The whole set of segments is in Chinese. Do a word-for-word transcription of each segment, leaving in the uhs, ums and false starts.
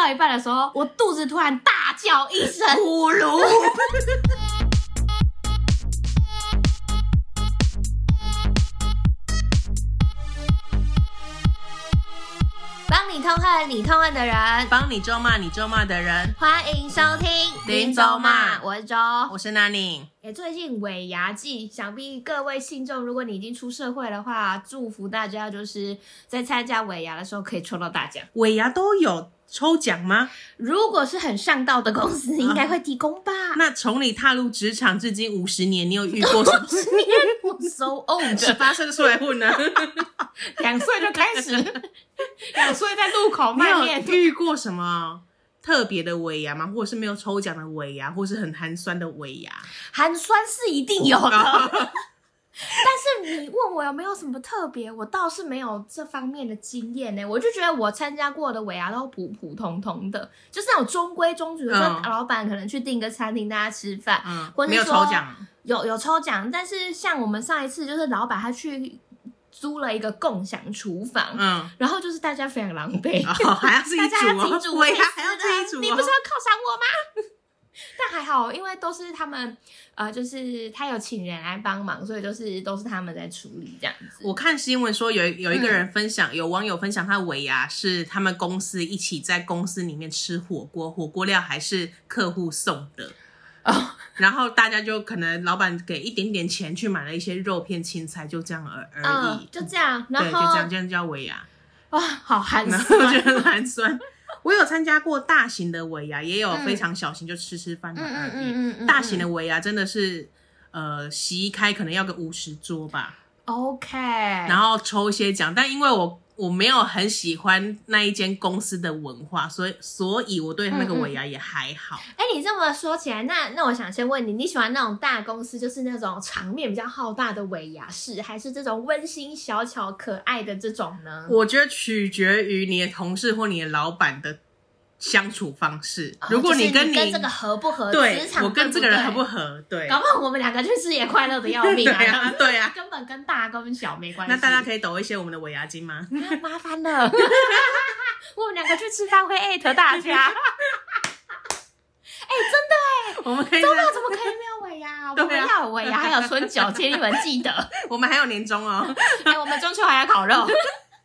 到一半的时候，我肚子突然大叫一声呼噜。 帮你痛恨你痛恨的人， 帮你咒骂你咒骂的人。 欢迎收听林咒骂， 我是周， 我是 Nani。 欸、最近尾牙季，想必各位信众，如果你已经出社会的话，祝福大家就是在参加尾牙的时候可以抽到大奖。 尾牙都有抽奖吗？ 如果是很上道的公司，应该会提供吧。 啊、那从你踏入职场至今五十年，你有遇过什么？ 五十年我 so old， 十八岁就出来混了， 两岁就开始，两岁在路口卖面。 你有遇过什么特别的尾牙吗？或者是没有抽奖的尾牙，或是很寒酸的尾牙？ 寒酸是一定有的。但是你问我有没有什么特别，我倒是没有这方面的经验呢。我就觉得我参加过的尾牙都普普通通的，就是那种中规中矩的，说、嗯、老板可能去订个餐厅大家吃饭， 嗯， 或者没有抽奖， 有有抽奖，但是像我们上一次就是老板他去租了一个共享厨房，嗯，然后就是大家非常狼狈， 哦，还要自己煮、哦， 大家要自己煮， 尾牙还要自己煮、哦， 你不是要犒赏我吗？但还好，因为都是他们，呃，就是他有请人来帮忙，所以就是都是他们在处理这样子。 我看新闻说有有一个人分享，嗯、有网友分享他的尾牙是他们公司一起在公司里面吃火锅，火锅料还是客户送的。哦，然后大家就可能老板给一点点钱去买了一些肉片、青菜，就这样而而已、 嗯，就这样，然后对，就这样，这样叫尾牙。 哇，好寒酸， 我觉得很寒酸。我有参加过大型的尾牙，也有非常小型，就吃吃饭的而已。嗯嗯嗯嗯嗯、大型的尾牙真的是，呃，席开可能要个五十桌吧。 OK， 然后抽一些奖，但因为我我没有很喜欢那一间公司的文化，所以所以我对那个尾牙也还好。 哎、嗯嗯，你这么说起来，那那我想先问你，你喜欢那种大公司，就是那种场面比较浩大的尾牙式，还是这种温馨小巧可爱的这种呢？ 我觉得取决于你的同事或你的老板的相处方式。 哦、 如果你跟你, 你跟这个合不合， 对， 职场我跟这个人合不合，对， 搞不好我们两个去吃也快乐的要命啊！ 对啊，对啊， 根本跟大跟小没关系。 那大家可以抖一些我们的尾牙金吗？ 啊、麻烦了，我们两个去吃饭会艾特大家。哎、欸，真的哎， 我们可以周末怎么可以没有尾牙？我们要有尾牙，还有春酒，请你们记得。 我们还有年终哦， 哎、欸，我们中秋还要烤肉。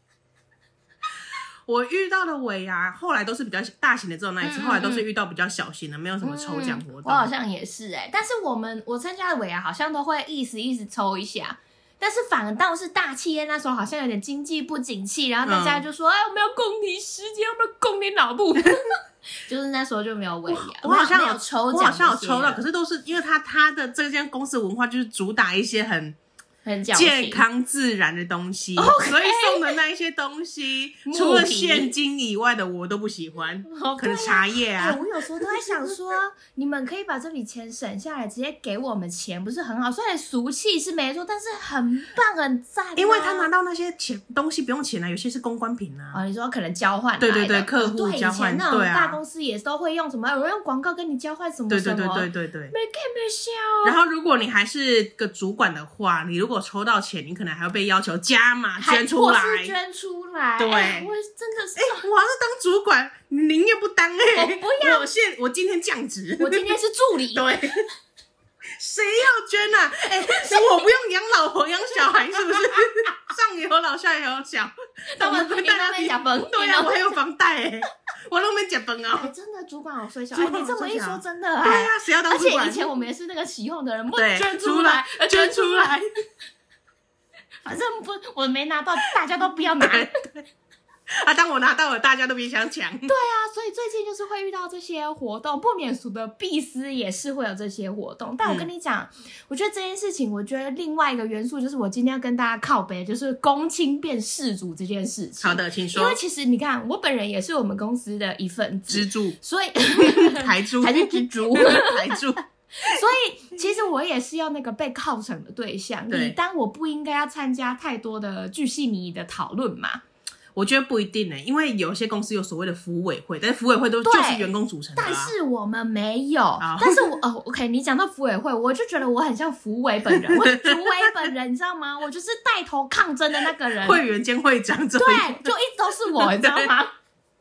我遇到的尾牙后来都是比较大型的这种那一次，嗯嗯嗯，后来都是遇到比较小型的，没有什么抽奖活动、嗯。 我好像也是哎、欸，但是我们我参加的尾牙好像都会意思意思抽一下，但是反倒是大企业那时候好像有点经济不景气，然后大家就说：“嗯、哎，我们要供你时间，我们要供你脑部。”就是那时候就没有尾牙， 我好像有抽奖， 我好像有抽到，可是都是因为他他的这间公司文化就是主打一些很。 很健康自然的东西， okay, 所以送的那一些东西，除了现金以外的我都不喜欢，可能茶叶啊。 欸、我有时候都在想说，你们可以把这笔钱省下来，直接给我们钱，不是很好？虽然俗气是没错，但是很棒很赞、啊。 因为他拿到那些钱东西不用钱啊，有些是公关品啊。 哦，你说可能交换来的， 对对对，客户交换， 对，以前那种大公司也都会用什么，有人用广告跟你交换什么什么， 对对对对对对， 没给没笑。 然后如果你还是个主管的话，你如果抽到钱，你可能还要被要求加码捐出来， 或是捐出来。 对， 欸、我真的是， 哎、欸，我要是当主管，你宁愿不当哎、 欸，我不要， 我现我今天降职， 我今天是助理， 对。谁要捐啊？哎、欸，我不用养老婆养小孩，是不是？上有老下有小， 他们大家没吃饭， 对啊，我还有房贷哎、欸，我都没吃饭哦、 欸。真的，主管好衰小，哎、欸，你这么一说，真的、欸， 对啊，谁要当主管？ 而且以前我们也是那个起哄的人，不捐出来， 捐出来。 反正不，我没拿到，大家都不要拿。 对对啊，当我拿到了，大家都别想抢。 对啊，所以最近就是会遇到这些活动，不免俗的必思也是会有这些活动。但我跟你讲、嗯，我觉得这件事情，我觉得另外一个元素就是我今天要跟大家靠北，就是公亲变事主这件事情。 好的，请说。 因为其实你看，我本人也是我们公司的一份子， 支柱， 所以台柱还是支柱， 台柱。 所以其实我也是要那个被犒赏的对象，理当我不应该要参加太多的巨细靡遗的讨论嘛。 我觉得不一定呢、欸，因为有些公司有所谓的服委会，但是服委会都就是员工组成的、啊。 但是我们没有。但是我哦 ，OK， 你讲到服委会，我就觉得我很像福委本人，我是主委本人，你知道吗？我就是带头抗争的那个人， 会员兼会长， 对，就一直都是我，你知道吗？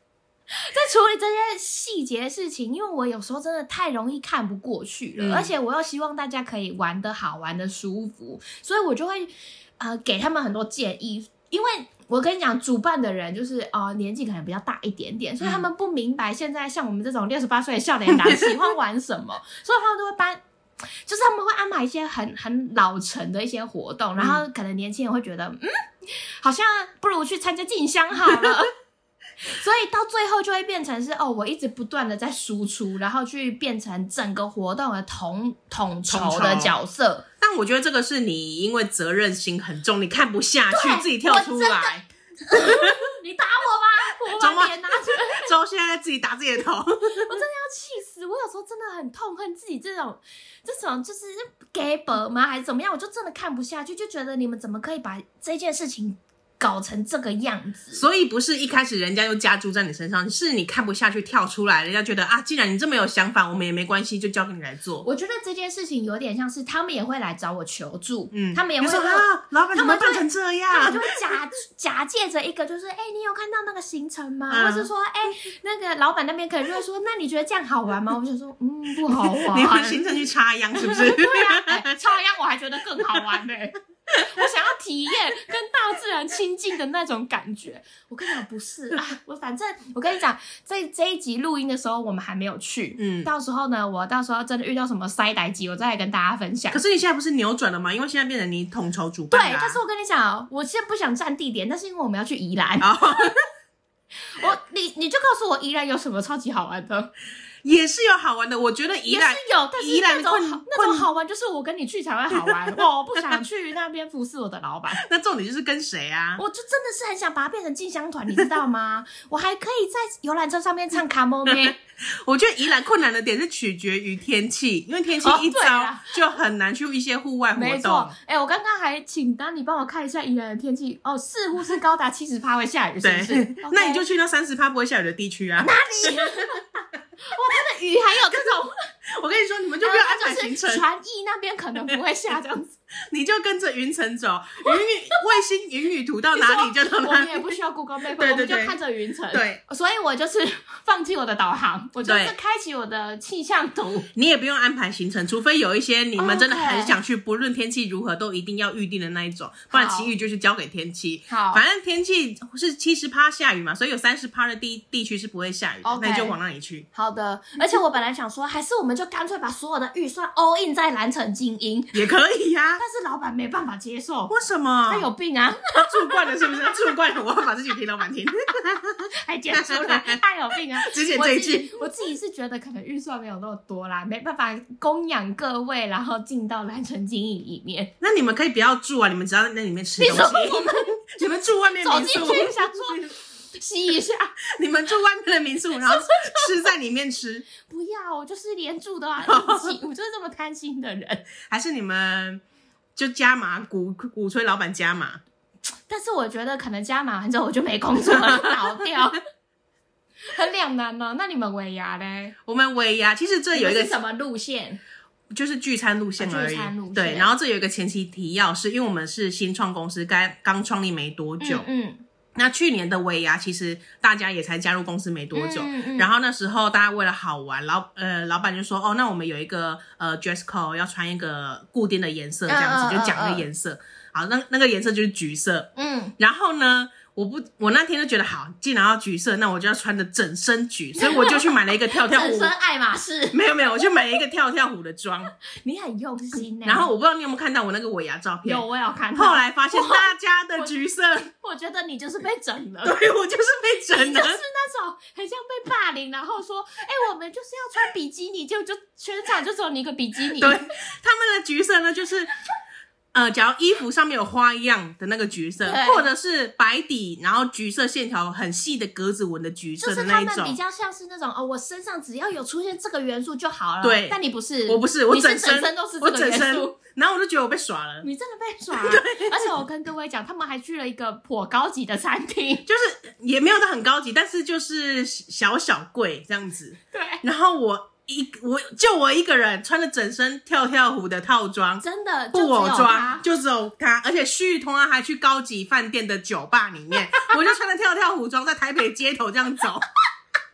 在处理这些细节的事情，因为我有时候真的太容易看不过去了，嗯、而且我又希望大家可以玩得好，玩得舒服，所以我就会呃给他们很多建议。因为我跟你讲，主办的人就是呃年纪可能比较大一点点，所以他们不明白现在像我们这种六十八岁的少年党喜欢玩什么，所以他们都会搬。就是他们会安排一些很很老成的一些活动，然后可能年轻人会觉得嗯好像不如去参加进香好了所以到最后就会变成是哦，我一直不断的在输出，然后去变成整个活动的统统筹的角色。 但我觉得这个是你因为责任心很重，你看不下去自己跳出来你打我吧，我把脸拿出来之后现在自己打自己的头我真的要气死。我有时候真的很痛恨自己这种这种就是 gay 白吗还是怎么样，我就真的看不下去，就觉得你们怎么可以把这件事情搞成这个样子。 所以不是一开始人家就加注在你身上，是你看不下去跳出来，人家觉得啊，既然你这么有想法，我们也没关系，就交给你来做。 我觉得这件事情有点像是他们也会来找我求助，嗯，他们也会说啊，老板怎么办成这样？ 他们就会假假借着一个就是，哎、欸，你有看到那个行程吗？嗯、或是说，哎、欸，那个老板那边可能就会说，那你觉得这样好玩吗？我就说，嗯，不好玩。 你们行程去插秧是不是？ 对啊，欸、插秧我还觉得更好玩呢、欸。我想要体验跟大自然亲近的那种感觉。我跟你讲不是啊，我反正我跟你讲，在这一集录音的时候我们还没有去，嗯，到时候呢，我到时候真的遇到什么塞呆机，我再来跟大家分享。 可是你现在不是扭转了吗？因为现在变成你统筹主办啦。 对，但是我跟你讲，我现在不想占地点，但是因为我们要去宜兰。Oh. 我你你就告诉我宜兰有什么超级好玩的。 也是有好玩的，我觉得宜兰也是有，但是那种那种好玩就是我跟你去才会好玩。我不想去那边服侍我的老板。 那重点就是跟谁啊？ 我就真的是很想把它变成进香团，你知道吗？我还可以在游览车上面唱卡莫妹。 我觉得宜兰困难的点是取决于天气，因为天气一糟、哦、就很难去一些户外活动。没错， 哎、欸，我刚刚还请丹你帮我看一下宜兰的天气，哦，似乎是高达七十趴会下雨，是不是？ okay. 那你就去那三十趴不会下雨的地区啊。 哪里？哇，它的雨还有这种， 我跟你说，你们就不要安排行程。 传艺那边可能不会下这样子， 你就跟着云层走，云雨卫星云雨图到哪里就到哪里。 我们也不需要 Google Map， 对对对， 我们就看着云层。 对， 所以我就是放弃我的导航，我就是开启我的气象图。 你也不用安排行程，除非有一些你们真的很想去， okay. 不论天气如何都一定要预定的那一种，不然其余就是交给天气。好，反正天气是七十趴下雨嘛，所以有三十趴的地地区是不会下雨的， okay. 那你就往那里去。 好的，而且我本来想说，还是我们就干脆把所有的预算 all in 在蓝城精英也可以呀、啊， 但是老板没办法接受。 为什么？ 他有病啊！ 他住惯了是不是？住惯了，我要把这句听老板听， 还讲出来，他有病啊！ 只剪这一句， 我自己是觉得可能预算没有那么多啦，没办法供养各位，然后进到蓝城精英里面。 那你们可以不要住啊，你们只要在那里面吃东西。 你, 我们你们住外面民宿， 走进去想说吸一下， 你们住外面的民宿，然后吃在里面吃。 不要，我就是连住都要一起，我就是这么贪心的人。 还是你们就加码，鼓鼓吹老板加码？ 但是我觉得可能加码完之后我就没工作了，倒掉。很两难呢。那你们尾牙嘞？ 我们尾牙其实这有一个是什么路线？ 就是聚餐路线而已、啊、聚餐路线。对，然后这有一个前期提要，是因为我们是新创公司，刚刚创立没多久。嗯, 嗯那去年的尾牙其实大家也才加入公司没多久，嗯嗯、然后那时候大家为了好玩，老呃老板就说，哦，那我们有一个呃 dress code 要穿一个固定的颜色，这样子、嗯、就讲一个颜色、嗯嗯、好，那那个颜色就是橘色。嗯，然后呢我不，我那天就觉得好，既然要橘色，那我就要穿的整身橘，所以我就去买了一个跳跳虎。 整身爱马仕。 没有没有，我就买了一个跳跳虎的妆。 你很用心欸。 然后我不知道你有没有看到我那个尾牙照片。 有，我有看到。 后来发现大家的橘色， 我, 我觉得你就是被整了。 对，我就是被整了。你就是那种很像被霸凌，然后说，哎、欸，我们就是要穿比基尼，就就全场就只有你一个比基尼。 对，他们的橘色呢，就是。呃，假如衣服上面有花样的那个橘色，或者是白底，然后橘色线条很细的格子纹的橘色的那一种， 就是他们比较像是那种哦，我身上只要有出现这个元素就好了。 对， 但你不是， 我不是，我整身， 你整身都是这个元素。 然后我就觉得我被耍了， 你真的被耍了。对，而且我跟各位讲，他们还去了一个颇高级的餐厅， 就是也没有到很高级，但是就是小小贵这样子。 对， 然后我。一我就我一个人穿了整身跳跳虎的套装， 真的布偶装，就只有他，而且旭通啊还去高级饭店的酒吧里面，我就穿了跳跳虎装在台北街头这样走。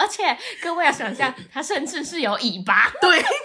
且各位要想象，它甚至是有尾巴。 对，就是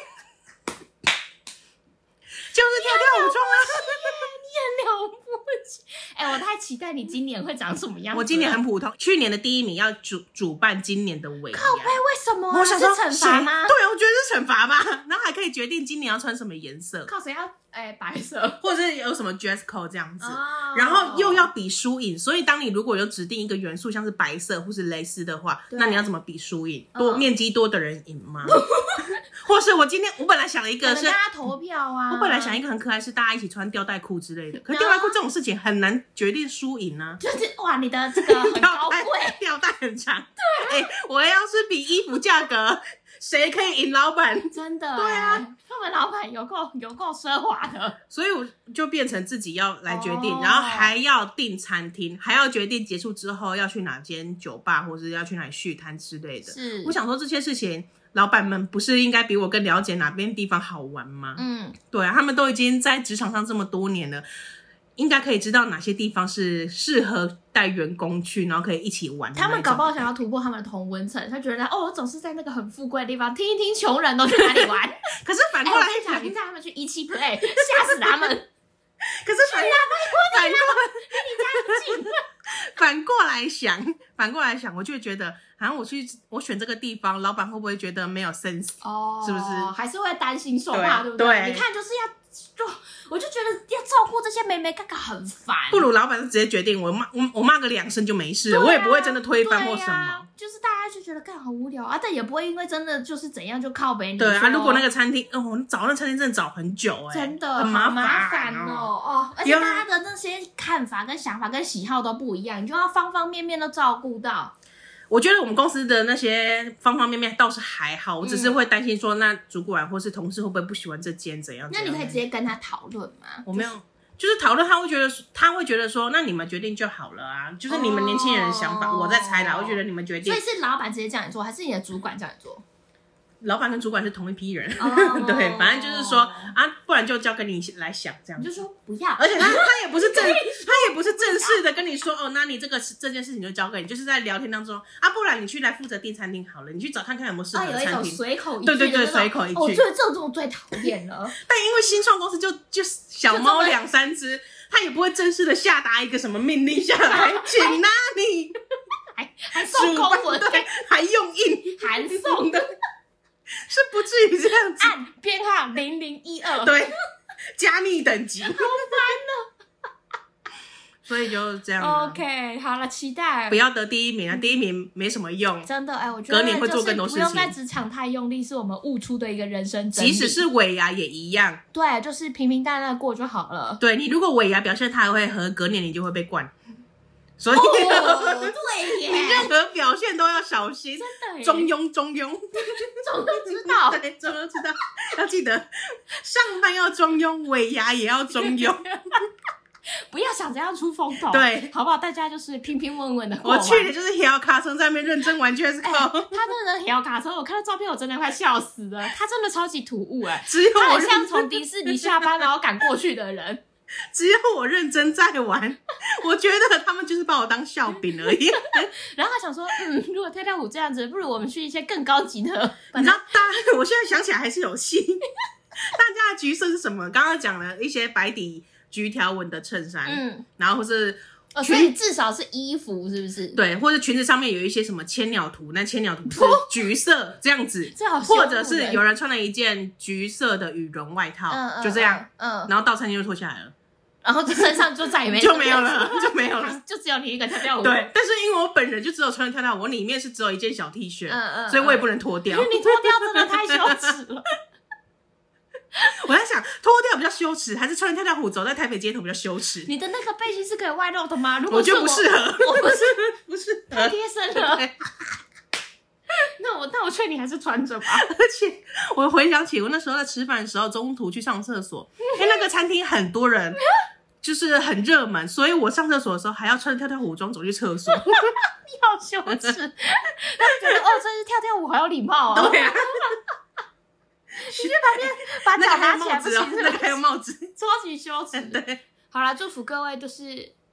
跳跳舞装啊。 你很了不起，哎、欸，我太期待你今年会长什么样子。 我今年很普通，去年的第一名要主主办今年的尾牙。 靠背，为什么、啊？ 我想说是惩罚吗？ 对，我觉得是惩罚吧。然后还可以决定今年要穿什么颜色。 靠，谁要哎、欸、白色， 或者是有什么 dress code 这样子。 哦、 然后又要比输赢，所以当你如果有指定一个元素，像是白色或是蕾丝的话，那你要怎么比输赢？多、嗯、面积多的人赢吗？或是我今天我本来想一个是大家投票啊， 我本来想一个很可爱是大家一起穿吊带裤之类的，可是吊带裤这种事情很难决定输赢啊。 就是哇，你的这个很高贵， 吊带很长。对、啊，哎、欸，我要是比衣服价格，谁可以赢老板？ 真的， 对啊， 他们老板有够有够奢华的， 所以我就变成自己要来决定， 哦、 然后还要订餐厅，还要决定结束之后要去哪间酒吧，或是要去哪里续摊之类的。 是， 我想说这些事情。老板们不是应该比我更了解哪边地方好玩吗？ 嗯， 对啊，他们都已经在职场上这么多年了，应该可以知道哪些地方是适合带员工去，然后可以一起玩的。 他们搞不好想要突破他们的同温层，他觉得哦，我总是在那个很富贵的地方，听一听穷人都去哪里玩。 可是反过来想，听、欸、他们去一期 play， 吓死他们。 可是反反过来， 离你家很近。 反过来想，反过来想，我就会觉得，好像我去我选这个地方，老板会不会觉得没有 sense？ 哦， 是不是？ 还是会担心受怕，对不对？ 对？你看，就是要就，我就觉得要照顾这些妹妹，嘎嘎很烦。 不如老板就直接决定，我骂我我骂个两声就没事了、啊，我也不会真的推翻或什么。 啊、就是大家就觉得干好无聊啊，但也不会因为真的就是怎样就靠北你。 对啊，如果那个餐厅，哦，你找那餐厅真的找很久哎、欸， 真的很麻烦、 麻烦哦哦，而且大家的那些看法跟想法跟喜好都不一样，你就要方方面面都照顾到。 我觉得我们公司的那些方方面面倒是还好，我只是会担心说，那主管或是同事会不会不喜欢这间怎样？ 那你可以直接跟他讨论吗？ 我没有。就是讨论，他会觉得，他会觉得说，那你们决定就好了啊，就是你们年轻人的想法， oh. 我在猜啦，我觉得你们决定。 所以是老板直接叫你做，还是你的主管叫你做？ 老板跟主管是同一批人， oh. 对，反正就是说啊，不然就交给你来想这样子。 你就说不要， 而且他他也不是正，他也不是正式的跟你说哦，那你这个这件事情就交给你，就是在聊天当中啊，不然你去来负责订餐厅好了，你去找看看有没有适合的餐厅。 啊、有一种随口一句， 对对对，随口一句。 哦，这这种最讨厌了。 但因为新创公司就就小猫两三只。他也不会正式的下达一个什么命令下来，请哪里， 还还送公文， 对，还用印函送的， 是不至于这样子。 按编号零零一二， 对，加密等级， 好烦哦。 所以就这样、啊。 OK， 好了，期待不要得第一名啊！第一名没什么用， 真的哎，我觉得隔年会做更多事情。 不用在职场太用力，是我们悟出的一个人生真理。 即使是尾牙也一样， 对，就是平平淡淡过就好了。 对你如果尾牙表现太会和，隔年你就会被灌。所以、 哦、对耶， 你任何表现都要小心， 真的中庸中庸， 中庸之道， 对，中庸之道，要记得上班要中庸，尾牙也要中庸。 不要想着要出风头， 对， 好不好？大家就是平平稳稳的过完。 我去年就是摇卡车在那边认真玩 J S C O，、欸、 他真的摇卡车，我看到照片我真的快笑死了。他真的超级突兀哎、欸， 只有我他很像从迪士尼下班然后赶过去的人。 只有我认真在玩，我觉得他们就是把我当笑柄而已。 然后他想说，嗯，如果跳跳舞这样子，不如我们去一些更高级的。 你知道，大家我现在想起来还是有戏。大家的橘色是什么？刚刚讲了一些白底橘条纹的衬衫，嗯，然后或是哦，所以至少是衣服，是不是？ 对，或者裙子上面有一些什么千鸟图，那千鸟图是橘色这样子， 这好或者是有人穿了一件橘色的羽绒外套，嗯嗯、就这样，嗯，然后到餐厅就脱下来了。 然后身上就再也没就没有了，就没有了， 就只有你一个跳跳舞。 对，但是因为我本人就只有穿跳跳舞，我里面是只有一件小 T 恤，嗯嗯，所以我也不能脱掉。 因为你脱掉真的太羞耻了。 我在想，脱掉比较羞耻，还是穿跳跳舞走在台北街头比较羞耻？ 你的那个背心是可以外露的吗？如果我觉得不适合， 我不是不是太贴身了。那我那我劝你还是穿着吧。 而且我回想起我那时候在吃饭的时候，中途去上厕所，因为那个餐厅很多人。就是很热门，所以我上厕所的时候还要穿跳跳舞装走去厕所。 你好羞耻！他就觉得哦，这是跳跳舞，好有礼貌啊。 对啊。 你去旁边把脚拿起来不行， 那个还有帽子， 超级羞耻。 对， 好啦，祝福各位就是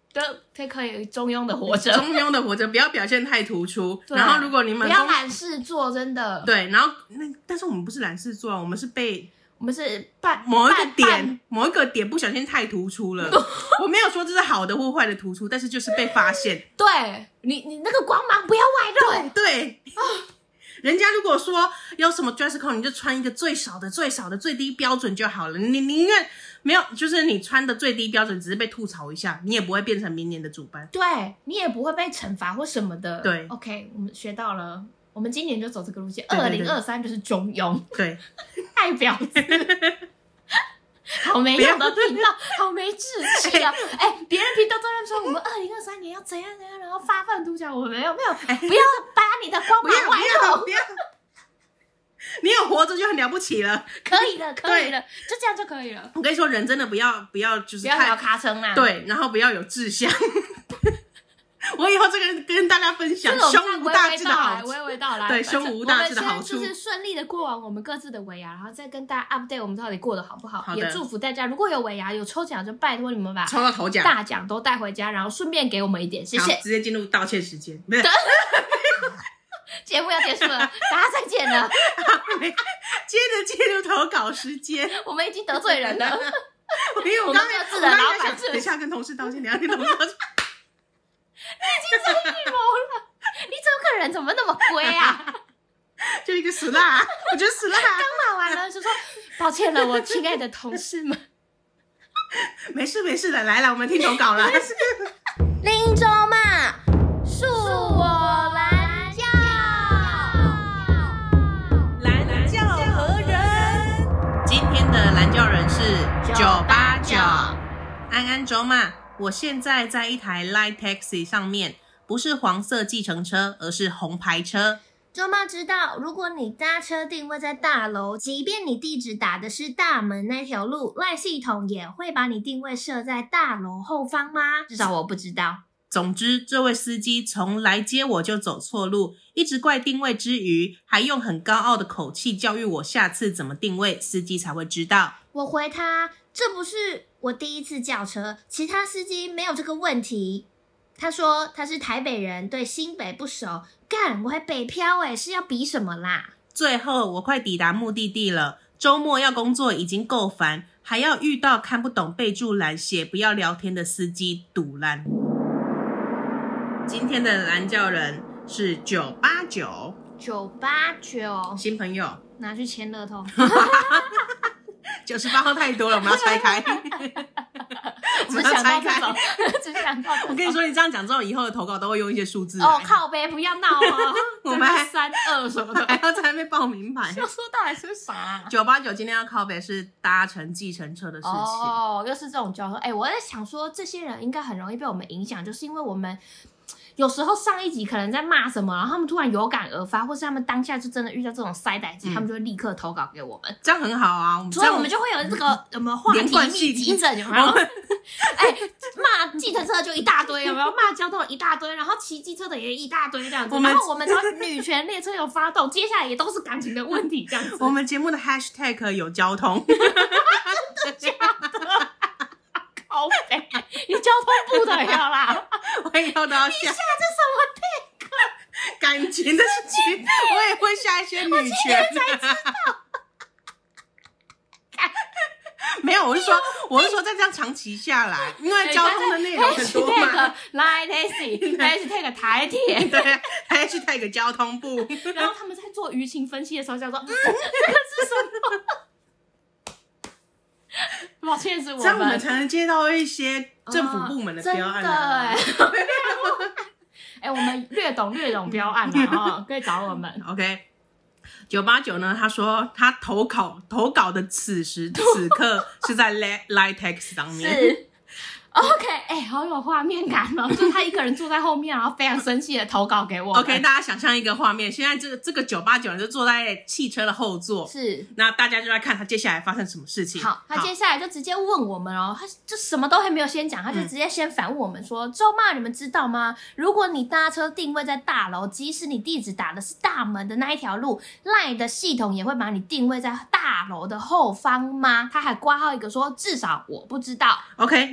都可以中庸的活着， 中庸的活着，不要表现太突出。然后如果你们不要懒事做，真的。 对，然后那但是我们不是懒事做，我们是被我们是半某一个点某一个点不小心太突出了。我没有说这是好的或坏的突出，但是就是被发现。 对你，你那个光芒不要外露。 对对。人家如果说有什么 dress code， 你就穿一个最少的、最少的、最低标准就好了。你宁愿没有，就是你穿的最低标准，只是被吐槽一下，你也不会变成明年的主班。 对，你也不会被惩罚或什么的。 对 ，OK， 我们学到了，我们今年就走这个路线。二零二三就是中庸。 对， 太婊子。好没用的频道，好没志气啊！哎、欸，别人频道都在说我们二零二三年要怎样怎样，然后发愤图强。我们没有没有，欸、不要把你的光芒外露， 不要，你有活着就很了不起了。 可以了，可以了，就这样就可以了。 我跟你说，人真的不要不要就是不要聊咔称啦， 对，然后不要有志向。我以后这个跟大家分享胸无大志的好处， 娓娓道来， 对，胸无大志的好处， 就是顺利的过完我们各自的尾牙，然后再跟大家 update 我们到底过得好不好。 好， 也祝福大家，如果有尾牙有抽奖，就拜托你们把抽到头奖大奖都带回家，然后顺便给我们一点，谢谢。 直接进入道歉时间，不是节目要结束了，大家再见了。 接着进入投稿时间， 我们已经得罪人了。 因为我刚刚各自的老板， 等一下跟同事道歉，等一下跟同事道歉。 你已经是预谋了，你这个人怎么那么龟啊？ 就一个死辣、啊，我觉得死辣、啊。 刚骂完了就说抱歉了，我亲爱的同事们。 没事没事的，来了，我们听投稿了。 林州嘛，恕我蓝教， 蓝教何人？今天的蓝教人是九八九，安安州嘛。我现在在一台 Light Taxi 上面，不是黄色计程车，而是红牌车。 周妈知道，如果你搭车定位在大楼，即便你地址打的是大门那条路， LINE 系统也会把你定位设在大楼后方吗？至少我不知道。 总之，这位司机从来接我就走错路，一直怪定位之余，还用很高傲的口气教育我下次怎么定位，司机才会知道。 我回他，这不是我第一次叫车，其他司机没有这个问题。他说他是台北人，对新北不熟。干，我还北漂欸，是要比什么啦？ 最后我快抵达目的地了，周末要工作已经够烦，还要遇到看不懂备注栏写不要聊天的司机，堵烂。今天的蓝教人是九八九， 九八九新朋友拿去签乐透。 九十八号太多了，我们要拆开。我们要拆开。 只想到我跟你说，你这样讲之后，以后的投稿都会用一些数字。 哦，靠北，不要闹啊！ 我们还三二什么的， 还要在那边报名牌。 就说到底是啥？ 九八九今天要靠北是搭乘计程车的事情。 哦，又是这种交通。哎，我在想说，这些人应该很容易被我们影响，就是因为我们。有时候上一集可能在骂什么，然后他们突然有感而发，或是他们当下就真的遇到这种塞歹机、嗯，他们就会立刻投稿给我们， 这样很好啊。我们所以我们就会有这个有没有话题密集症，有没有？哎，骂计程车就一大堆，有没有？骂交通一大堆，然后骑机车的也一大堆这样子。然后我们只要女权列车有发动，接下来也都是感情的问题这样子。 我们节目的 hashtag 有交通， 真的假的？好北，你交通部的要啦， 我以后都要下。 你下这什么 tag？ 感情的事情，我也会下一些女权。 才知道。 没有，我是说，我是说，再这样长期下来，因为交通的内容很多嘛。 Line taxi，hashtag 台铁， 对 ，hashtag 交通部。 然后他们在做舆情分析的时候，就说：“嗯，这个是什么？”抱歉，是我们， 这样我们才能接到一些政府部门的标案、啊。 哦、真的哎，哎、欸，我们略懂略懂标案啊、哦，可以找我们。 OK， 九八九呢？他说他投稿投稿的此时此刻是在 Light Text 上面。 是 OK， 哎、欸，好有画面感哦！就他一个人坐在后面，然后非常生气的投稿给我。 OK， 大家想象一个画面，现在这个这个九八九人就坐在汽车的后座， 是， 那大家就在看他接下来发生什么事情。 好，他接下来就直接问我们哦，他就什么都还没有先讲，他就直接先反问我们说：“周、嗯、妈，你们知道吗？如果你搭车定位在大楼，即使你地址打的是大门的那一条路 ，LINE 的系统也会把你定位在大楼的后方吗？”他还括号一个说：“至少我不知道。” OK， 你有遇过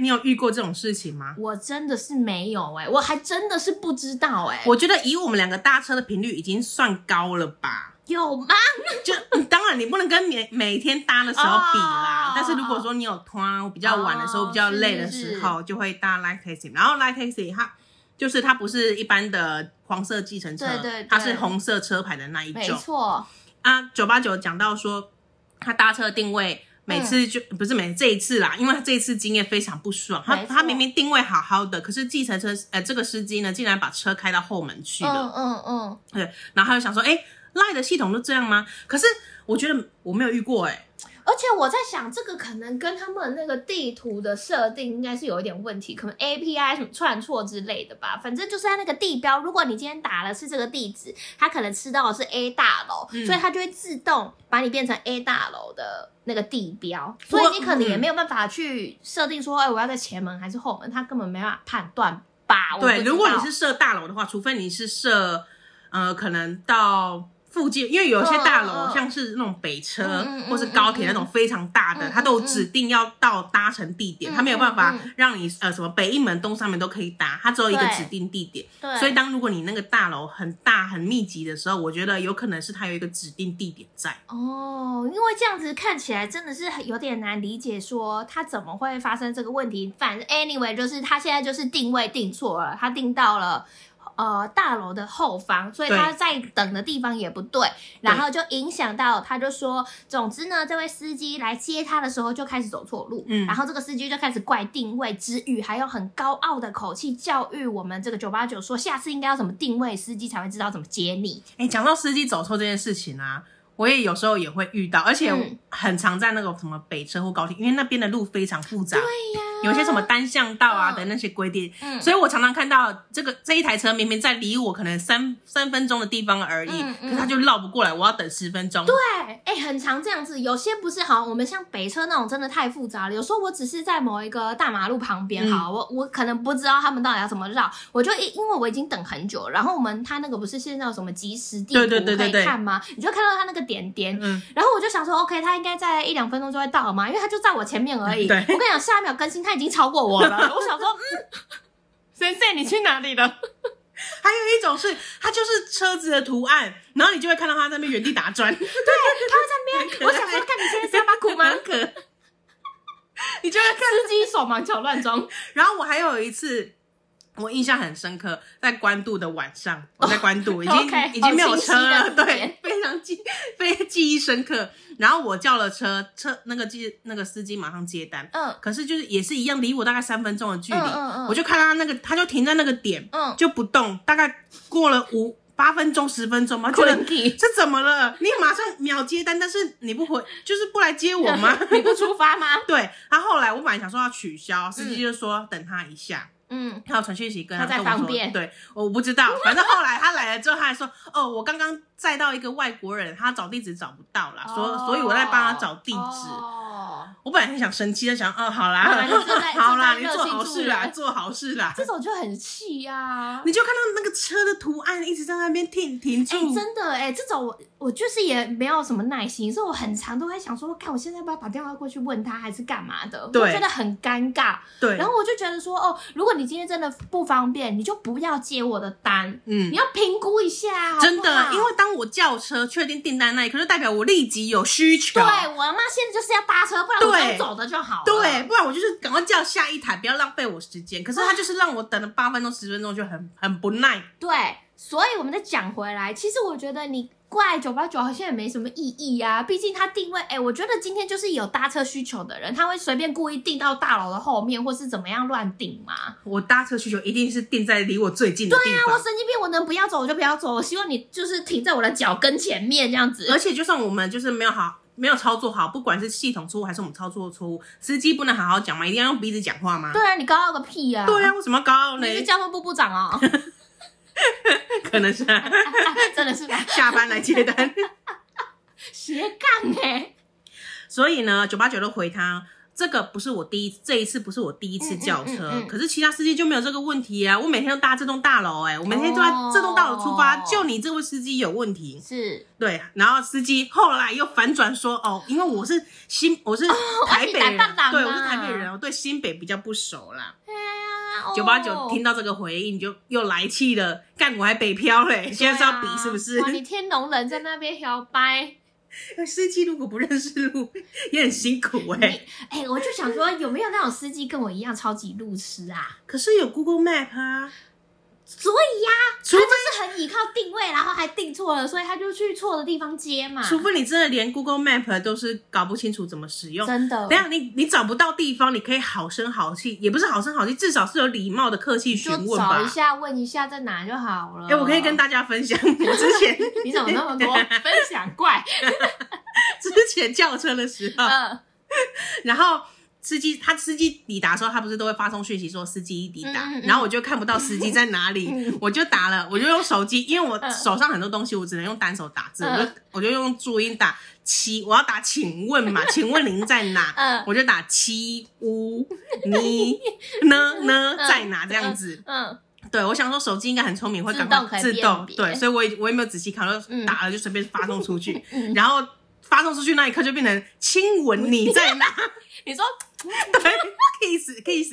过这种事情吗？ 我真的是没有哎、欸，我还真的是不知道哎、欸。 我觉得以我们两个搭车的频率已经算高了吧？ 有吗？ 就当然你不能跟每每天搭的时候比啦， oh, 但是如果说你有拖比较晚的时候、oh, 比较累的时候，就会搭 Line Taxi。然后 Line Taxi 它就是它不是一般的黄色计程车， 对对对， 它是红色车牌的那一种。 没错啊，九八九讲到说他搭车定位。每次就、嗯、不是每这一次啦，因为他这一次经验非常不爽，他他明明定位好好的，可是计程车呃这个司机呢竟然把车开到后门去了， 嗯嗯嗯， 对，然后他就想说，哎 ，Line 的系统都这样吗？可是我觉得我没有遇过哎、欸。 而且我在想，这个可能跟他们那个地图的设定应该是有一点问题，可能 A P I 什么串错之类的吧。反正就是它那个地标，如果你今天打的是这个地址，它可能吃到的是 A 大楼、嗯，所以它就会自动把你变成 A 大楼的那个地标，所以你可能也没有办法去设定说，哎、欸，我要在前门还是后门，它根本没办法判断吧。 对，如果你是设大楼的话，除非你是设呃，可能到。附近，因为有些大楼像是那种北车、嗯、或是高铁那种非常大的、嗯、它都有指定要到搭乘地点、嗯、它没有办法让你呃什么北一门东三门都可以搭，它只有一个指定地点。对，所以当如果你那个大楼很大很密集的时候，我觉得有可能是它有一个指定地点在。 哦，因为这样子看起来真的是有点难理解说它怎么会发生这个问题。反正 anyway 就是它现在就是定位定错了，它定到了呃，大楼的后方，所以他在等的地方也不对，然后就影响到他就说，总之呢，这位司机来接他的时候就开始走错路，嗯，然后这个司机就开始怪定位之余，还用很高傲的口气教育我们这个九八九说，下次应该要怎么定位，司机才会知道怎么接你。 哎，讲到司机走错这件事情啊，我也有时候也会遇到，而且很常在那个什么北车或高铁，因为那边的路非常复杂， 对呀、啊， 有些什么单向道啊的那些规定、嗯，所以我常常看到这个这一台车明明在离我可能三三分钟的地方而已，嗯嗯、可是他就绕不过来，我要等十分钟。 对，哎、欸，很常这样子。有些不是好，我们像北车那种真的太复杂了。有时候我只是在某一个大马路旁边，好，嗯、我我可能不知道他们到底要怎么绕，我就因因为我已经等很久了，然后我们他那个不是现在有什么即时地图可以看吗？你就看到他那个点点，嗯，然后我就想说 ，OK， 他应该在一两分钟就会到了嘛，因为他就在我前面而已。对，我跟你讲，下一秒更新他已经超过我了。我想说，嗯，先生你去哪里了？ 还有一种是，它就是车子的图案，然后你就会看到他在那边原地打转。对，他会在那边。我想说，看你现在是要把苦吗？ 可，你就会看司机手忙脚乱中。 然后我还有一次。我印象很深刻，在关渡的晚上，我在关渡、oh, 已经、okay, 已经没有车了，对，非常记非常记忆深刻。然后我叫了车，车那个记那个司机马上接单，嗯，可是就是也是一样，离我大概三分钟的距离，嗯嗯嗯，我就看到他那个，他就停在那个点，嗯，就不动，大概过了五八分钟十分钟嘛，觉得这怎么了？你马上秒接单，但是你不回，就是不来接我吗？ 你不出发吗？ 对，他后来我本来想说要取消，司机就说等他一下。嗯，他有传讯息跟他在方便， 对，我不知道，反正后来他来了之后，他还说，哦，我刚刚载到一个外国人，他找地址找不到啦，所、哦、所以我在帮他找地址。哦，我本来很想生气，在想，哦，好啦，好啦，你做好事啦，做好事啦， 这种就很气啊！ 你就看到那个车的图案一直在那边停停住， 欸、真的哎、欸，这种我我就是也没有什么耐心，所以我很常都会想说，看我现在要不要打电话过去问他，还是干嘛的？对，我觉得很尴尬。对，然后我就觉得说，哦，如果你今天真的不方便，你就不要接我的单，嗯，你要评估一下，好不好？ 真的，因为当我叫车确定订单那一刻，就代表我立即有需求。 对，我他妈现在就是要搭车，不然我就走的就好了。 对，不然我就是赶快叫下一台，不要浪费我时间。可是他就是让我等了八分钟、十分钟，就很很不耐。 对，所以我们再讲回来，其实我觉得你怪九八九好像也没什么意义啊，毕竟他定位，哎、欸，我觉得今天就是有搭车需求的人，他会随便故意定到大楼的后面，或是怎么样乱定吗？ 我搭车需求一定是定在离我最近的地方。 对啊，我神经病，我能不要走我就不要走，我希望你就是停在我的脚跟前面这样子。 而且就算我们就是没有好。没有操作好，不管是系统错误还是我们操作错误，司机不能好好讲吗？一定要用鼻子讲话吗？ 对啊，你高傲个屁啊！ 对啊，为什么要高傲呢？ 你是交通部部长哦。 可能是、啊， 真的是吧？ 下班来接单， 斜杠哎。 所以呢，九八九都回他， 这个不是我第一这一次不是我第一次叫车， 嗯嗯嗯嗯可是其他司机就没有这个问题啊。我每天都搭这栋大楼，哎，我每天都在这栋大楼出发， 哦、 就你这位司机有问题。 是， 对，然后司机后来又反转说，哦，因为我是新我是台北人， 哦、 对，我是台北人，我对新北比较不熟啦。 啊、 九八九听到这个回应就又来气了，干我还北漂嘞，现在是要比是不是？ 哇，你天龙人在那边摇摆。 司机如果不认识路也很辛苦哎、欸。 哎、欸，我就想说有没有那种司机跟我一样超级路痴啊？ 可是有 Google Map 啊。 所以呀、啊，他就是很倚靠定位，然后还定错了，所以他就去错的地方接嘛。 除非你真的连 Google Map 都是搞不清楚怎么使用， 真的。 等一下你你找不到地方，你可以好声好气，也不是好声好气，至少是有礼貌的客气询问吧。 就找一下，问一下在哪就好了。 哎、欸，我可以跟大家分享，我之前你怎么那么多分享怪？ 之前叫车的时候， 嗯、 然后。司机他司机抵达的时候，他不是都会发送讯息说司机抵达， 嗯嗯、 然后我就看不到司机在哪里，嗯、我就打了，我就用手机，因为我手上很多东西我只能用单手打字，嗯、我就我就用注音打七，我要打请问嘛，请问您在哪？嗯、我就打七乌你呢呢在哪这样子，嗯。嗯对，我想说手机应该很聪明，会赶快自动对，所以我也我也没有仔细看，就打了就随便发送出去，嗯、然后发送出去那一刻就变成亲吻你在哪？ 你说对 ，kiss kiss，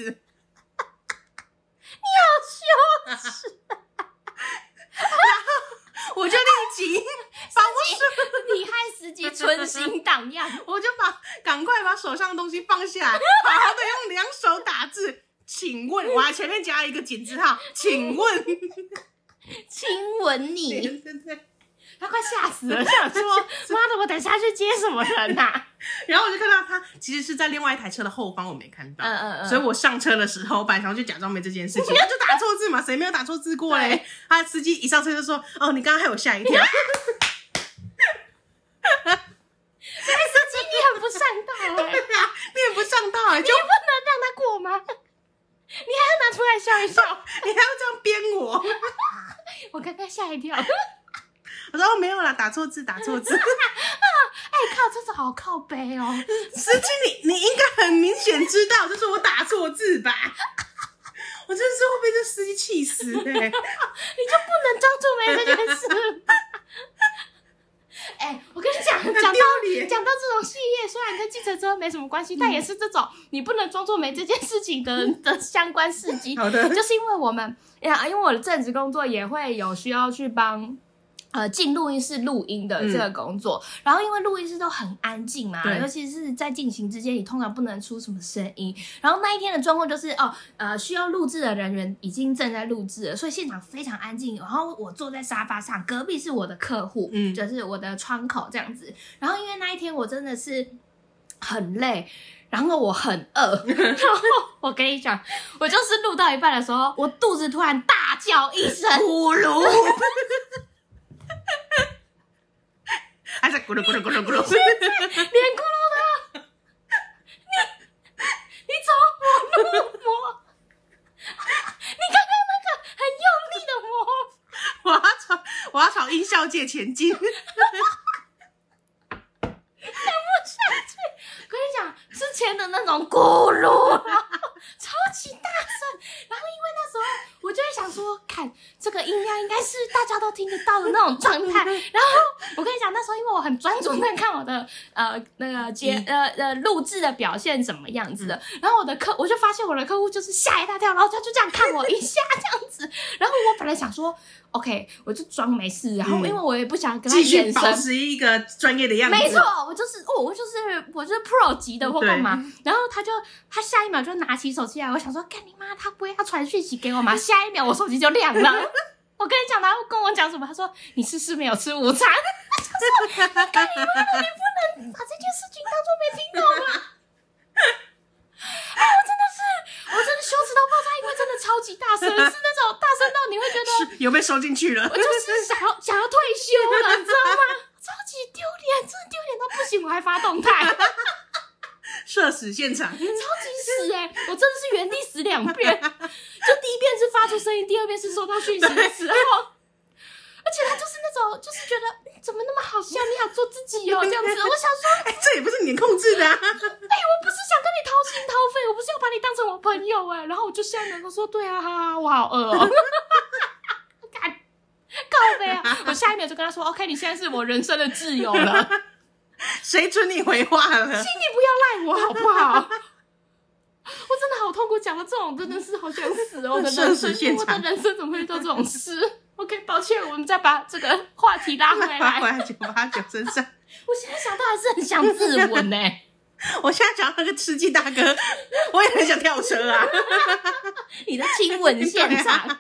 你好羞耻， 然后我就立即把我手， 你害司机春心荡漾， 我就把赶快把手上的东西放下来，好好的用两手打字。请问，我还前面加一个井字号，请问， 亲吻你， 对对对， 他快吓死了，想说妈的，我等下去接什么人啊？ 然后我就看到他其实是在另外一台车的后方，我没看到，嗯嗯嗯，所以我上车的时候，我本来想去假装没这件事情，他就打错字嘛，谁没有打错字过嘞？他的司机一上车就说：“哦，你刚刚害我吓一跳。” 这个司机你很不上道哎、欸， 对啊，你很不上道哎、欸， 就不能让他过吗？你还要拿出来笑一笑， 你还要这样编我， 我刚刚吓一跳。 我说、哦、没有啦，打错字，打错字。 哎、欸，靠，这是好靠背哦。 司机，你你应该很明显知道，这是我打错字吧？我真的是会被这司机气死哎、欸！你就不能装作没这件事吧？哎、欸，我跟你讲，讲到讲到这种系列，虽然跟计程车没什么关系，嗯、但也是这种你不能装作没这件事情的的相关事迹。 好的， 就是因为我们，因为我的正职工作也会有需要去帮。呃，进录音室录音的这个工作，嗯、然后因为录音室都很安静嘛，尤其是在进行之间，你通常不能出什么声音。然后那一天的状况就是，哦，呃，需要录制的人员已经正在录制了，所以现场非常安静。然后我坐在沙发上，隔壁是我的客户，嗯，就是我的窗口这样子。然后因为那一天我真的是很累。然后我很饿，然后我跟你讲，我就是录到一半的时候，我肚子突然大叫一声， 咕噜。还在咕噜咕噜咕噜咕噜，连咕噜的，你你从我入魔，你刚刚那个很用力的魔， 我要朝我要朝音效界前进，讲不下去。跟你讲，之前的那种咕噜，超级大声，然后因为那时候我就会想说，看这个音量应该是大家都听得到的那种状态。然后我跟你讲，那时候因为我很专注在看我的呃那个节呃呃录制的表现怎么样子的，然后我的客我就发现我的客户就是吓一大跳，然后他就这样看我一下这样子，然后我本来想说 OK 我就装没事，然后因为我也不想跟他眼神保持一个专业的样子， 没错，我就是哦我就是我就是 pro 级的或干嘛，然后他就他下一秒就拿起手机来，我想说干你妈，他不会要传讯息给我吗？下一秒我手机就亮了。我跟你讲，他跟我讲什么？他说你是不是没有吃午餐？他说干你妈的，你不能把这件事情当作没听懂啊！哎，我真的是，我真的羞耻到爆炸，因为真的超级大声，是那种大声到你会觉得有被收进去了， 我就是想要想要退休了，你知道吗？超级丢脸，真的丢脸到不行，我还发动态。 社死现场， 超级死哎、欸！我真的是原地死两遍，就第一遍是发出声音，第二遍是收到讯息的时候，而且他就是那种，就是觉得、嗯、怎么那么好好笑，你好做自己哦，这样子。我想说， 哎、欸，这也不是你能控制的啊。哎、欸， 我不是想跟你掏心掏肺，我不是要把你当成我朋友哎、欸。然后我就现在能够说，对啊，哈哈，我好饿哦。干，靠北啊！我下一秒就跟他说 ，OK， 你现在是我人生的挚友了。 谁准你回话了？ 请你不要赖我好不好？我真的好痛苦，讲了这种真的是好想死哦！我的人生，我的人生怎么会遇到这种事 ？OK， 抱歉，我们再把这个话题拉回来， 拉回来九八九身上。 我现在想到还是很想自刎呢、欸。 我现在讲到那个吃鸡大哥，我也很想跳车啊！ 你的亲吻现场，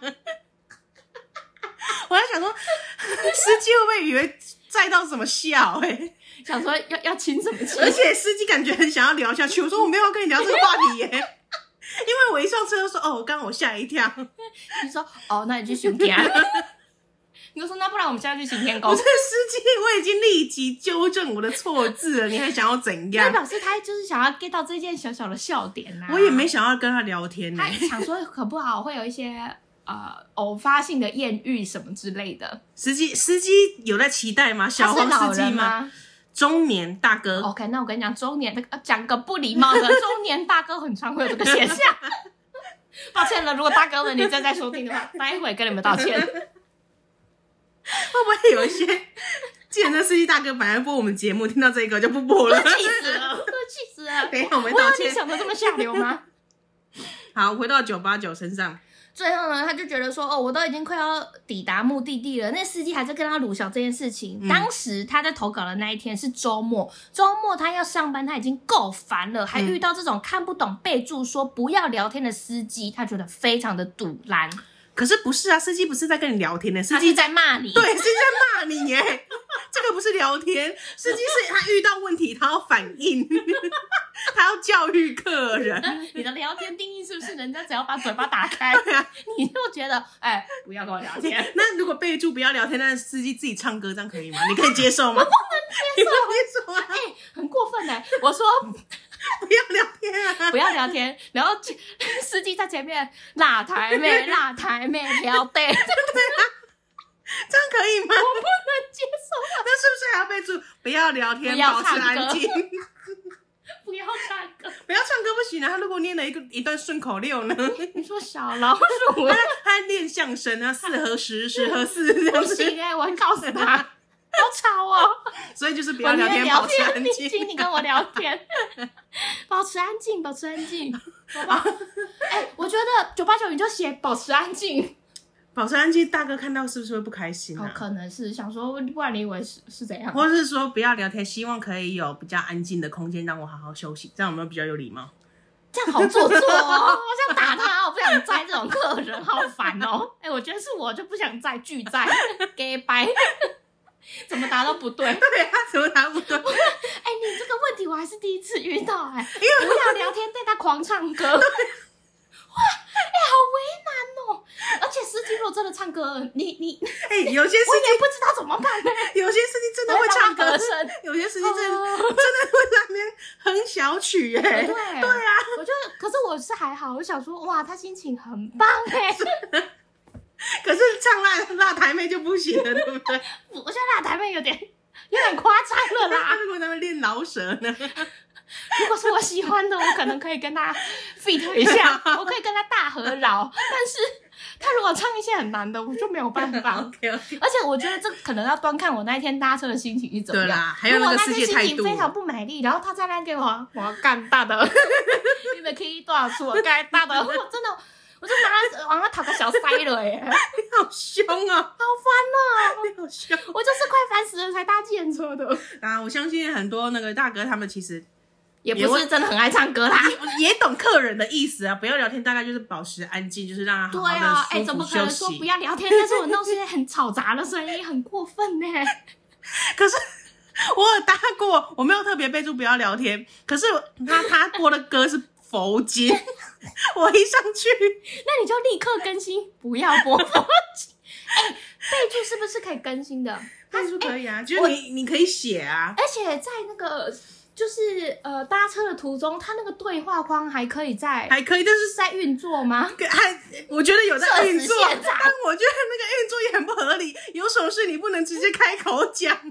我还想说，司机会不会以为载到什么笑、欸？哎。 想说要要亲什么亲？ 而且司机感觉很想要聊下去。我说我没有要跟你聊这个话题耶，因为我一上车就说哦，刚刚我吓一跳。 你说哦，那你去巡天。你就说那不然我们现在去行天宫。 我这个司机我已经立即纠正我的错字了，你还想要怎样？ 那表示他就是想要 get 到这件小小的笑点啊。 我也没想要跟他聊天呢， 他想说可不好会有一些呃偶发性的艳遇什么之类的。 司机司机有在期待吗？小黄司机吗？中年大哥 ，OK， 那我跟你讲，中年的讲个不礼貌的，中年大哥很常会有这个现象。抱歉了，如果大哥们你正在收听的话，待会跟你们道歉。会不会有一些计程车司机大哥本来播我们节目，听到这个就不播了？ 气死了，气死了！ 等一下我们道歉。 我有你想的这么下流吗？ 好，回到九八九身上。 最后呢，他就觉得说，哦，我都已经快要抵达目的地了。那司机还在跟他鲁小这件事情。嗯、当时他在投稿的那一天是周末，周末他要上班，他已经够烦了，还遇到这种看不懂备注说不要聊天的司机，他觉得非常的堵烂。 可是不是啊，司机不是在跟你聊天的，司机在骂你。 对，司机在骂你耶。这个不是聊天，司机是他遇到问题，他要反应，他要教育客人。 你的聊天定义是不是人家只要把嘴巴打开，你就觉得哎，不要跟我聊天？ 那如果备注不要聊天，但是司机自己唱歌，这样可以吗？你可以接受吗？ 我不能接受， 你接受啊？ 哎、欸，很过分哎！我说不要聊天啊， 不要聊天，然后司机在前面辣台妹，辣台妹聊天，对啊。 这样可以吗？ 我不能接受。 那是不是还要备注不要聊天，保持安静？ 不要唱歌， 不要唱歌不行啊！他如果念了一个一段顺口溜呢？ 你说小老鼠， 他他在练相声啊，四和十，十和四这样子。 不行哎，我很告诉他，好吵哦。 所以就是不要聊天，保持安静。 请你跟我聊天，保持安静，保持安静，好吧？哎、欸，我觉得九八九你就写保持安静。 保持安静，大哥看到是不是会不开心啊？ 哦、可能是想说，不然你以为是是怎样？ 或是说不要聊天，希望可以有比较安静的空间让我好好休息，这样有没有比较有礼貌？ 这样好做作哦！我想打他，我不想载这种客人，好烦哦！哎、欸，我觉得是我就不想载拒载，给掰，怎么答都不对。 对啊，怎么答不对？ 哎、欸，你这个问题我还是第一次遇到哎、欸！不要聊天，带他狂唱歌。哇，哎、欸，好为难哦！而且司机如果真的唱歌，你你， 哎、欸，有些司机我也不知道怎么办呢。 有些司机真的会唱歌声， 有些司机真的、哦、真的会在那边哼小曲哎、欸。 对对啊，我觉得，可是我是还好，我想说，哇，他心情很棒哎。 可是唱辣辣台妹就不行了，对不对？ 我觉得辣台妹有点有点夸张了啦。 如果他们练饶舌呢？ 如果是我喜欢的，我可能可以跟他 feat 一下，我可以跟他大合饶。但是他如果唱一些很难的，我就没有办法。 okay, okay. 而且我觉得这可能要端看我那一天搭车的心情是怎么样。 对啦，还有那个世界态度。如果那天心情非常不美丽，然后他在那给我，我要干大的，你们可以多少次我干大的，我真的。我就拿他往他讨个小塞了耶！ 你好凶啊， 好烦哦！ 你好凶， 我就是快烦死了才搭计程车的。 啊，我相信很多那个大哥他们其实也不是真的很爱唱歌啦， 也, 也懂客人的意思啊。不要聊天，大概就是保持安静，就是让他好好的舒服休息。对啊，哎、欸， 怎么可能说不要聊天？但是我弄些很嘈杂的声音，很过分呢。 可是我有搭过，我没有特别备注不要聊天，可是他他播的歌是佛经。我一上去， 那你就立刻更新，不要播佛经。哎、欸，备注是不是可以更新的？ 备注可以啊，欸、就是你你可以写啊。 而且在那个就是呃搭车的途中，它那个对话框还可以在， 还可以，但是在运作吗？ 还我觉得有在运作，但我觉得那个运作也很不合理。有什么事你不能直接开口讲？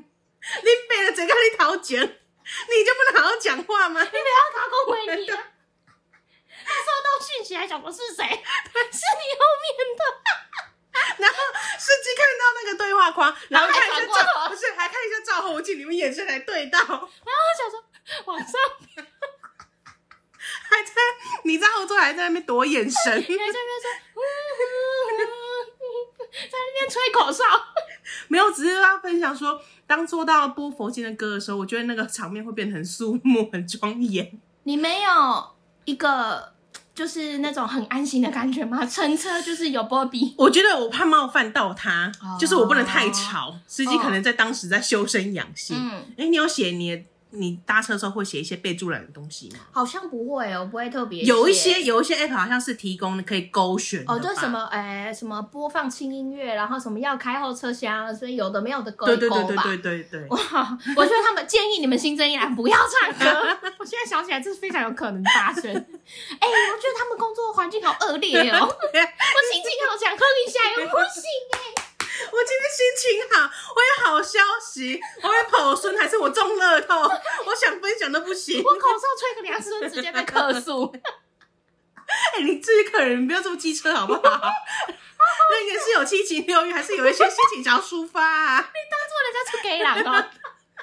你背了嘴跟你讨钱，你就不能好好讲话吗？ 你不要他恭维你啊！他收到讯息还想说是谁？是你后面的。 然后司机看到那个对话框，然后看一下然后还转过头照，不是还看一下照后镜，你们眼神还对到，然后想说往上， 还在你在后座还在那边躲眼神， 还在那边说，在那边吹口哨。 没有，只是要分享说，当做到播佛经的歌的时候，我觉得那个场面会变得很肃穆、很庄严。 你没有一个就是那种很安心的感觉吗？乘车就是有波比， 我觉得我怕冒犯到他， 哦就是我不能太吵，司机可能在当时在修身养性。 嗯， 哎、欸，你有写你的你搭车的时候会写一些备注栏的东西吗？ 好像不会，我不会特别。 有一些有一些 app 好像是提供可以勾选的哦，对，什么哎、欸、什么播放轻音乐，然后什么要开后车厢，所以有的没有的勾一勾吧。 对对对对对对对。 哇，我觉得他们建议你们新增一栏不要唱歌。我现在想起来，这是非常有可能发生。哎、欸，我觉得他们工作环境好恶劣哦，我心情好想喝一下又不行哎、欸。 我今天心情好，我有好消息，我有跑孙还是我中乐透，我想分享都不行。 我口哨吹个两声，直接被客诉。 哎、欸，你至于客人不要这么机车好不好？那个是有七情六欲，还是有一些心情想要抒发啊？ 你当做人家出 gay 郎哦。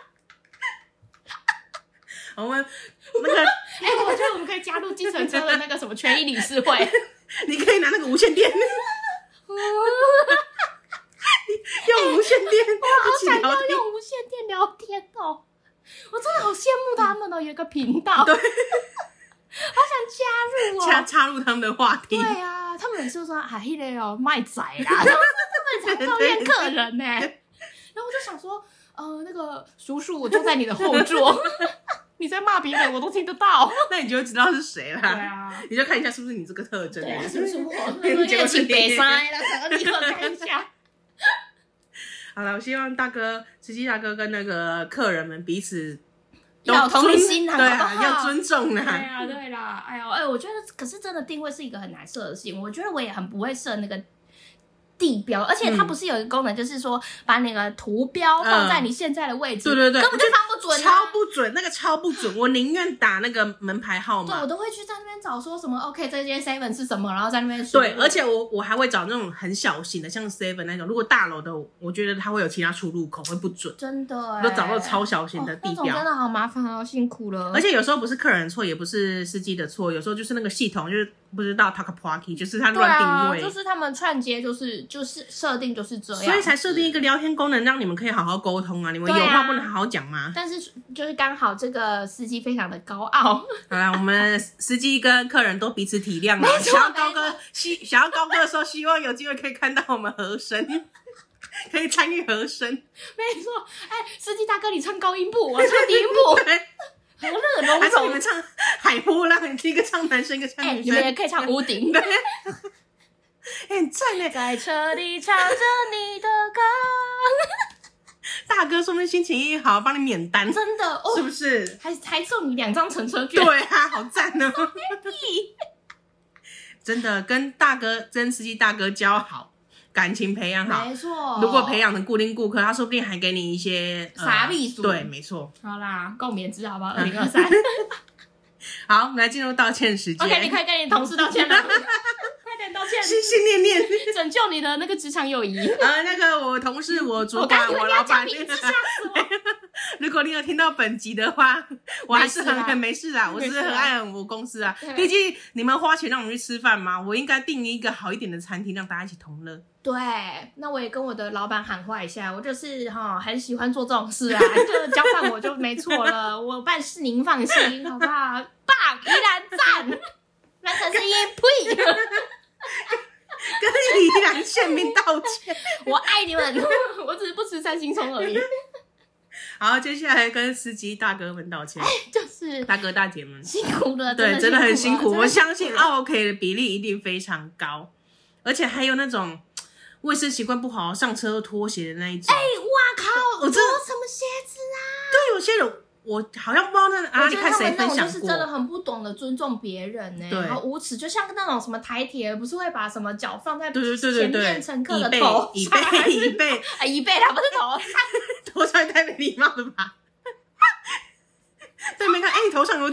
我们那个， 哎、欸，我觉得我们可以加入计程车的那个什么权益理事会。 你可以拿那个无线电。用无线电、欸， 我好想要用无线电聊天哦！我真的好羡慕他们哦，有一个频道，对，好想加入哦， 插插入他们的话题。 对啊，他们每次都说啊，迄个哦卖仔啦，他们常抱怨客人呢。然后我就想说，呃，那个叔叔，我坐在你的后座，你在骂别人，我都听得到， 那你就知道是谁啦。 对啊， 你就看一下是不是你这个特征， 对啊，是不是我？结果是北山，然后立刻看一下。 好了，我希望大哥、司机大哥跟那个客人们彼此都要有同理心啊， 对啊，要尊重啊。 对啊，对啦，哎呦，哎，我觉得，可是真的定位是一个很难设的事情。我觉得我也很不会设那个地标，而且它不是有一个功能，就是说把那个图标放在你现在的位置， 对对对， 根本就放不准， 超不准，那个超不准。我宁愿打那个门牌号码， 对我都会去在那边找说什么 OK 这间 seven 是什么，然后在那边说。 对，而且我我还会找那种很小型的，像 seven 那种。如果大楼的，我觉得它会有其他出入口，会不准。 真的哎， 都找到超小型的地标， 哦、那种真的好麻烦哦，辛苦了。 而且有时候不是客人的错，也不是司机的错，有时候就是那个系统就是不知道 talk party， 就是他乱定位、 啊，就是他们串接就是就是设定就是这样， 所以才设定一个聊天功能，让你们可以好好沟通啊。你们有话不能好好讲吗？ 但是就是刚好这个司机非常的高傲。 好啦，我们司机跟客人都彼此体谅啊。想要高歌希想要高歌的时候，希望有机会可以看到我们和声，可以参与和声。 没错，哎、欸，司机大哥，你唱高音部，我唱低音部。和乐融融， 还是你们唱海波浪，一个唱男生，一个唱女生。 欸、你们也可以唱屋顶。 对，哎、欸，很赞耶！ 在车里唱着你的歌。 大哥说明心情一好，帮你免单， 真的，哦、 是不是？ 还还送你两张乘车券。 对啊，好赞哦！真的，跟大哥、跟司机大哥交好。感情培养好， 没错。 如果培养成固定顾客，他说不定还给你一些啥秘书。 对，没错。 好啦，共勉之好不好？二零二三。 好，我们来进入道歉时间。 OK， 你可以跟你同事道歉了，快点道歉， 心心念念拯救你的那个职场友谊。 呃，那个我同事、我主管、我, 我老板，如果你有听到本集的话，我还是很很没事啦，我是很爱我公司啊。毕竟你们花钱让我们去吃饭嘛，我应该订一个好一点的餐厅，让大家一起同乐。 对，那我也跟我的老板喊话一下，我就是哈、哦、很喜欢做这种事啊，就交办我就没错了，我办事您放心，好不好？棒，依然赞，那可是一呸， 跟依然县民道歉， 我爱你们，我只是不吃三星葱而已。 好，接下来跟司机大哥们道歉， 就是大哥大姐们辛苦了， 对，真的很辛苦，我相信 OK 的比例一定非常高，而且还有那种。卫生习惯不好，上车拖鞋的那一种。 哎、欸，哇靠！我这什么鞋子啊？ 对，有些人我好像不知道那啊，你看谁分享过？ 就是真的很不懂得尊重别人呢、欸，然后无耻，就像那种什么台铁，不是会把什么脚放在前面乘客的头椅背、椅背、 啊，椅背啦，不是头， 头上也太没礼貌了吧？对面看，哎、欸，你头上有角。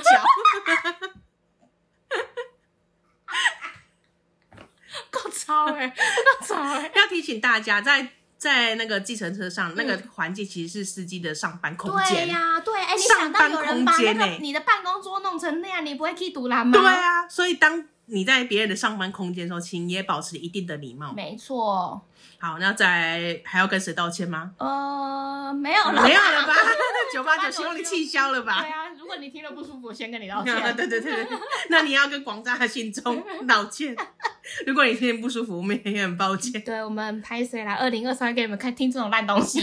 够吵哎，够吵哎！ 要提醒大家，在在那个计程车上，嗯、那个环境其实是司机的上班空间。 对呀、啊，对，哎、欸，你想到有人把那个你的办公桌弄成那样，你不会去堵拦吗？ 对啊，所以当你在别人的上班空间的时候，请也保持一定的礼貌。 没错。 好，那再还要跟谁道歉吗？ 呃，没有了， 没有了吧？九八九，希望你气消了吧？ 对啊，如果你听了不舒服，我先跟你道歉。 对对对对，那你要跟广大的信众道歉。如果你听得不舒服，我们也很抱歉。 对，我们拍谁来？二零二三给你们看听这种烂东西。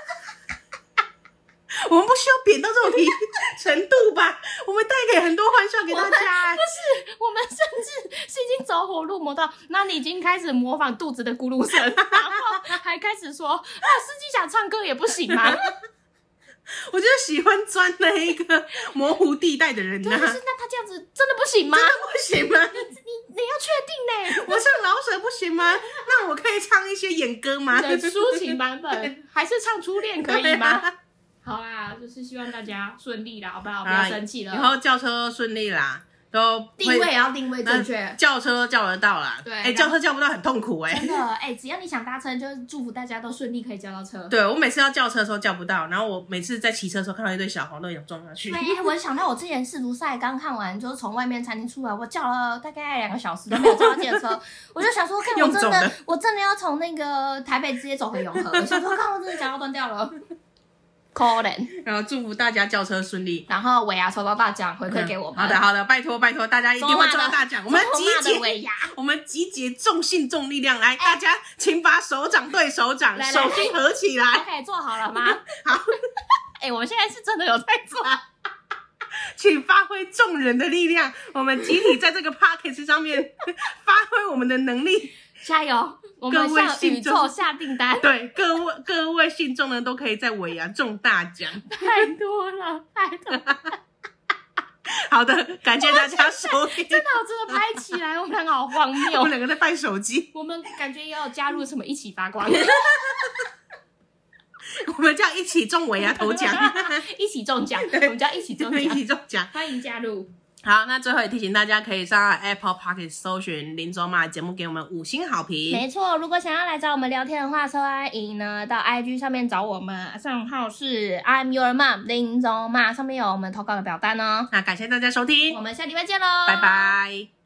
我们不需要贬到这种程度吧？我们带给很多欢笑给大家。 不是，我们甚至是已经走火入魔到，那你已经开始模仿肚子的咕噜声，然后还开始说，啊，司机想唱歌也不行吗？ 我就是喜欢钻那一个模糊地带的人呐、啊。 对，可是那他这样子真的不行吗？ 真的不行吗？ 你你要确定呢？ 我唱老舍不行吗？那我可以唱一些演歌吗？ 对，抒情版本还是唱初恋可以吗？好啦，就是希望大家顺利啦，好不好？不要生气了。 以后叫车顺利啦，都定位也要定位正确， 叫车叫得到啦。 对， 哎、欸，叫车叫不到很痛苦哎、欸。 真的哎、欸，只要你想搭车，就是祝福大家都顺利可以叫到车。 对，我每次要叫车的时候叫不到，然后我每次在骑车的时候看到一堆小黄都想撞下去。 对，我想到我之前世足赛刚看完，就是从外面餐厅出来，我叫了大概两个小时都没有叫到计程车，我就想说，看我真的我真的要从那个台北直接走回永和，我想说，看我真的脚要断掉了。可怜， 然后祝福大家叫车顺利， 然后尾牙抽到大奖回馈给我们、 嗯。好的，好的，拜托拜托，大家一定会抽到大奖。我们集结尾牙，我们集结众信众力量，来，欸、大家请把手掌对手掌，来来手心合起来。 OK， 做好了吗？ 好， 哎、欸，我们现在是真的有在做， 请发挥众人的力量，我们集体在这个 podcast 上面发挥我们的能力， 加油！我们向宇宙下订单。 对，各位各位信众呢，都可以在尾牙中大奖。 太多了，太多了。 好的，感谢大家收听。 真的，我真的拍起来，我们两个好荒谬。 我们两个在拍手机。 我们感觉也要加入什么一起发光。 我们叫一起中尾牙头奖， 一起中奖。我们叫一起中奖， 一起中奖， 欢迎加入。 好，那最后也提醒大家，可以上 Apple Podcast 搜寻林州妈节目，给我们五星好评。 没错，如果想要来找我们聊天的话，欢迎呢到 I G 上面找我们，账号是 I'm Your Mom 林州妈，上面有我们投稿的表单哦。 那感谢大家收听， 我们下礼拜见喽， 拜拜。